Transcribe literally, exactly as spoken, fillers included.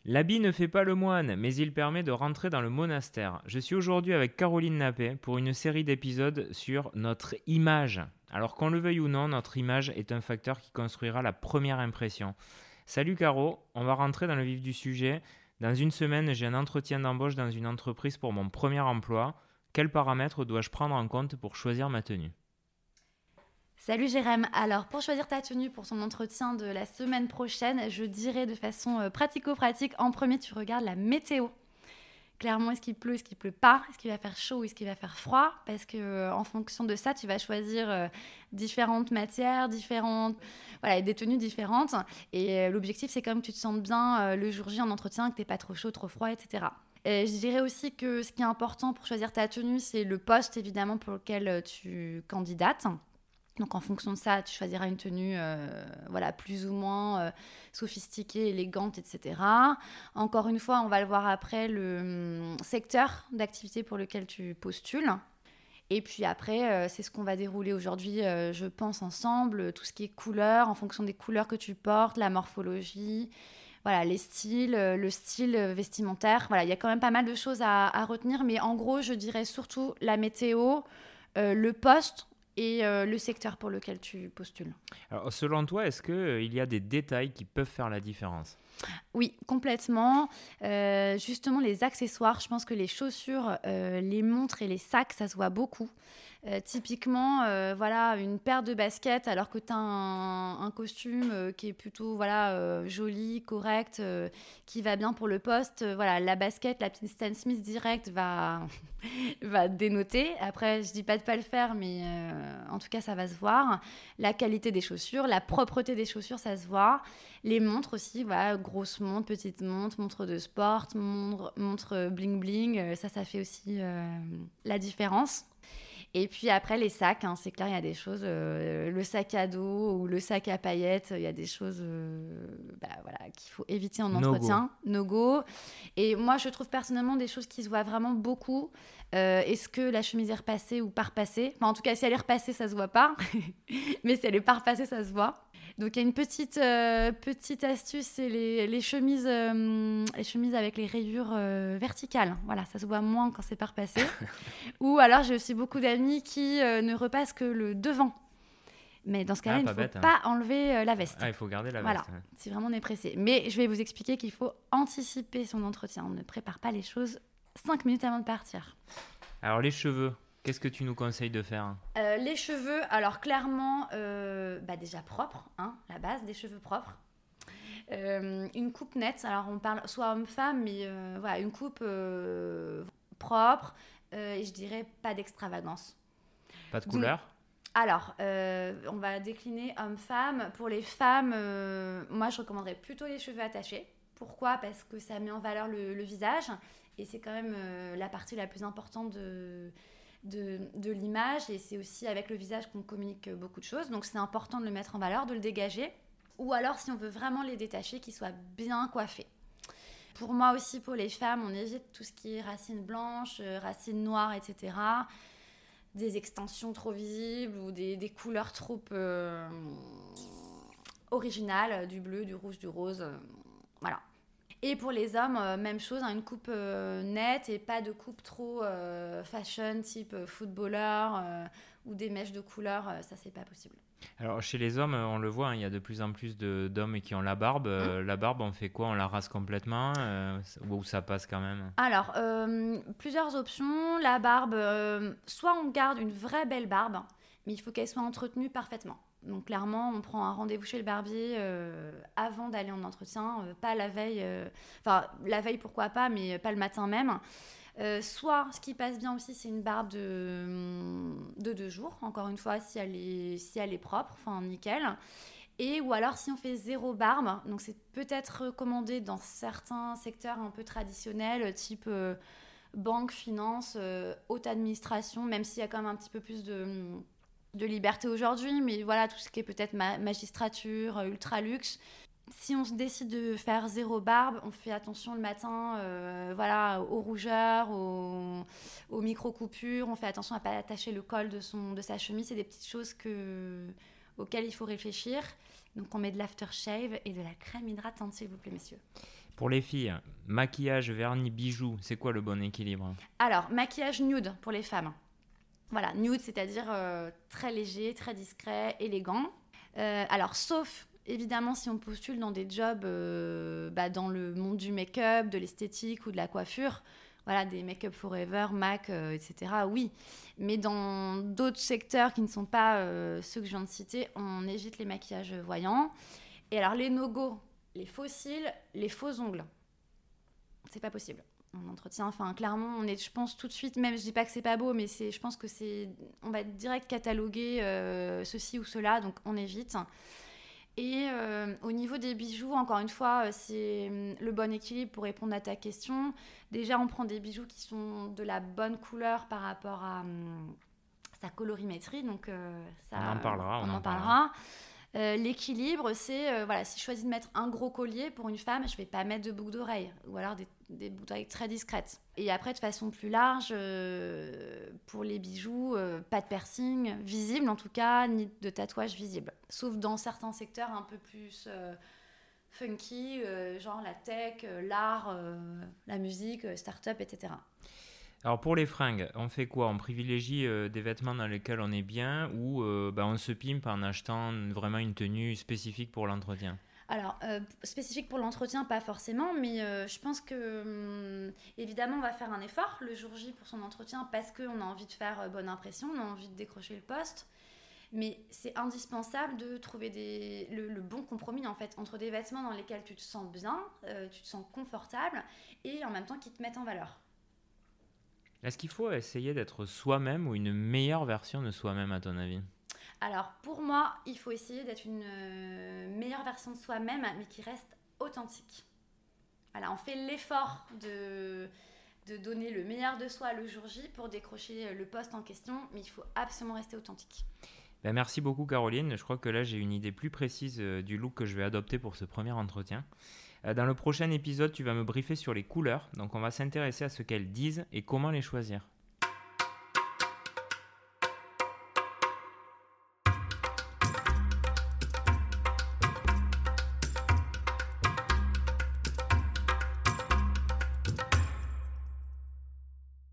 L'habit ne fait pas le moine, mais il permet de rentrer dans le monastère. Je suis aujourd'hui avec Caroline Nappé pour une série d'épisodes sur notre image. Alors qu'on le veuille ou non, notre image est un facteur qui construira la première impression. Salut Caro, on va rentrer dans le vif du sujet. Dans une semaine, j'ai un entretien d'embauche dans une entreprise pour mon premier emploi. Quels paramètres dois-je prendre en compte pour choisir ma tenue ? Salut Jérém, alors pour choisir ta tenue pour ton entretien de la semaine prochaine, je dirais de façon euh, pratico-pratique, en premier tu regardes la météo. Clairement, est-ce qu'il pleut, est-ce qu'il pleut pas, est-ce qu'il va faire chaud, est-ce qu'il va faire froid, parce que euh, en fonction de ça, tu vas choisir euh, différentes matières, différentes, voilà, des tenues différentes. Et euh, l'objectif, c'est quand même que tu te sentes bien euh, le jour J en entretien, que t'es pas trop chaud, trop froid, et cetera. Et je dirais aussi que ce qui est important pour choisir ta tenue, c'est le poste évidemment pour lequel euh, tu candidates. Donc en fonction de ça, tu choisiras une tenue euh, voilà, plus ou moins euh, sophistiquée, élégante, et cetera. Encore une fois, on va le voir après, le hum, secteur d'activité pour lequel tu postules. Et puis après, euh, c'est ce qu'on va dérouler aujourd'hui, euh, je pense, ensemble. Tout ce qui est couleurs, en fonction des couleurs que tu portes, la morphologie, voilà, les styles, euh, le style vestimentaire. Voilà, il y a quand même pas mal de choses à, à retenir. Mais en gros, je dirais surtout la météo, euh, le poste, et euh, le secteur pour lequel tu postules. Alors, selon toi, est-ce qu'il euh, y a des détails qui peuvent faire la différence ? Oui, complètement. Euh, justement, les accessoires, je pense que les chaussures, euh, les montres et les sacs, ça se voit beaucoup. Euh, typiquement, euh, voilà, une paire de baskets alors que tu as un, un costume euh, qui est plutôt voilà, euh, joli, correct, euh, qui va bien pour le poste. Euh, voilà, la basket, la petite Stan Smith direct va, va dénoter. Après, je dis pas de pas le faire, mais euh, en tout cas, ça va se voir. La qualité des chaussures, la propreté des chaussures, ça se voit. Les montres aussi, voilà, grosse montre, petite montre, montre de sport, montre, montre bling bling, euh, ça, ça fait aussi euh, la différence. Et puis après, les sacs, hein, c'est clair, il y a des choses, euh, le sac à dos ou le sac à paillettes, il y a des choses euh, bah, voilà, qu'il faut éviter en No entretien, no go. Et moi, je trouve personnellement des choses qui se voient vraiment beaucoup. Euh, est-ce que la chemise est repassée ou pas repassée ? Enfin, en tout cas, si elle est repassée, ça se voit pas. Mais si elle est pas repassée, ça se voit. Donc, il y a une petite, euh, petite astuce, c'est les, les, chemises, euh, les chemises avec les rayures euh, verticales. Voilà, ça se voit moins quand c'est pas repassé. Ou alors, j'ai aussi beaucoup d'amis qui euh, ne repassent que le devant. Mais dans ce cas-là, Ah, il ne pas faut bête, hein. pas enlever euh, la veste. Ah, il faut garder la Voilà, veste. Ouais. si vraiment on est pressé. Mais je vais vous expliquer qu'il faut anticiper son entretien. On ne prépare pas les choses cinq minutes avant de partir. Alors, les cheveux, qu'est-ce que tu nous conseilles de faire ? Euh, les cheveux, alors clairement, euh, bah déjà propres, hein, la base des cheveux propres. Euh, une coupe nette, alors on parle soit homme-femme, mais euh, voilà, une coupe euh, propre, euh, et je dirais pas d'extravagance. Pas de Donc, couleur ? alors, euh, on va décliner homme-femme. Pour les femmes, euh, moi je recommanderais plutôt les cheveux attachés. Pourquoi ? Parce que ça met en valeur le, le visage, et c'est quand même euh, la partie la plus importante de... De, de l'image, et c'est aussi avec le visage qu'on communique beaucoup de choses, donc c'est important de le mettre en valeur, de le dégager, ou alors si on veut vraiment les détacher, qu'ils soient bien coiffés. Pour moi aussi, pour les femmes, on évite tout ce qui est racines blanches, racines noires, et cetera. Des extensions trop visibles ou des, des couleurs trop euh, originales, du bleu, du rouge, du rose, euh, voilà. Et pour les hommes, euh, même chose, hein, une coupe euh, nette et pas de coupe trop euh, fashion, type euh, footballeur euh, ou des mèches de couleur, euh, ça c'est pas possible. Alors, chez les hommes, on le voit, hein, il y a de plus en plus de, d'hommes qui ont la barbe. Euh, Mmh. la barbe, on fait quoi ? On la rase complètement euh, ou ça passe quand même ? Alors, euh, plusieurs options. La barbe, euh, soit on garde une vraie belle barbe, mais il faut qu'elle soit entretenue parfaitement. Donc clairement, on prend un rendez-vous chez le barbier euh, avant d'aller en entretien, euh, pas la veille, euh, enfin la veille pourquoi pas, mais pas le matin même. Euh, soit, ce qui passe bien aussi, c'est une barbe de, de deux jours, encore une fois, si elle est, si elle est propre, enfin nickel. Et ou alors si on fait zéro barbe, donc c'est peut-être recommandé dans certains secteurs un peu traditionnels, type euh, banque, finance, euh, haute administration, même s'il y a quand même un petit peu plus de, de liberté aujourd'hui, mais voilà, tout ce qui est peut-être ma- magistrature, ultra luxe. Si on se décide de faire zéro barbe, on fait attention le matin euh, voilà, aux rougeurs, aux, aux micro-coupures, on fait attention à ne pas attacher le col de, son, de sa chemise, c'est des petites choses que, auxquelles il faut réfléchir. Donc on met de l'aftershave et de la crème hydratante, s'il vous plaît, messieurs. Pour les filles, maquillage, vernis, bijoux, c'est quoi le bon équilibre? Alors, maquillage nude pour les femmes. Voilà, nude, c'est-à-dire euh, très léger, très discret, élégant. Euh, alors, sauf, évidemment, si on postule dans des jobs euh, bah, dans le monde du make-up, de l'esthétique ou de la coiffure, voilà, des make-up forever, MAC, euh, et cetera, oui. Mais dans d'autres secteurs qui ne sont pas euh, ceux que je viens de citer, on évite les maquillages voyants. Et alors, les no-go, les faux cils, les faux ongles. C'est pas possible. En entretien, enfin, clairement, on est, je pense, tout de suite, même, je dis pas que c'est pas beau, mais c'est, je pense que c'est, on va direct cataloguer euh, ceci ou cela, donc on évite. Et euh, au niveau des bijoux, encore une fois, c'est le bon équilibre pour répondre à ta question. Déjà, on prend des bijoux qui sont de la bonne couleur par rapport à hum, sa colorimétrie, donc euh, ça, On en parlera. on, On en en parlera. parlera. Euh, l'équilibre, c'est, euh, voilà, si je choisis de mettre un gros collier pour une femme, je vais pas mettre de boucles d'oreilles, ou alors des, des boucles d'oreilles très discrètes. Et après, de façon plus large, euh, pour les bijoux, euh, pas de piercing visible en tout cas, ni de tatouage visible. Sauf dans certains secteurs un peu plus euh, funky, euh, genre la tech, euh, l'art, euh, la musique, euh, start-up, et cetera. Alors pour les fringues, on fait quoi? On privilégie euh, des vêtements dans lesquels on est bien ou euh, bah, on se pimpe en achetant vraiment une tenue spécifique pour l'entretien? Alors, euh, spécifique pour l'entretien, pas forcément, mais euh, je pense que, hum, évidemment, on va faire un effort le jour J pour son entretien parce qu'on a envie de faire euh, bonne impression, on a envie de décrocher le poste. Mais c'est indispensable de trouver des, le, le bon compromis, en fait, entre des vêtements dans lesquels tu te sens bien, euh, tu te sens confortable, et en même temps qui te mettent en valeur. Est-ce qu'il faut essayer d'être soi-même ou une meilleure version de soi-même à ton avis? Alors, pour moi, il faut essayer d'être une euh, meilleure version de soi-même, mais qui reste authentique. Voilà, on fait l'effort de, de donner le meilleur de soi le jour J pour décrocher le poste en question, mais il faut absolument rester authentique. Ben, merci beaucoup Caroline, je crois que là j'ai une idée plus précise euh, du look que je vais adopter pour ce premier entretien. Euh, dans le prochain épisode, tu vas me briefer sur les couleurs, donc on va s'intéresser à ce qu'elles disent et comment les choisir.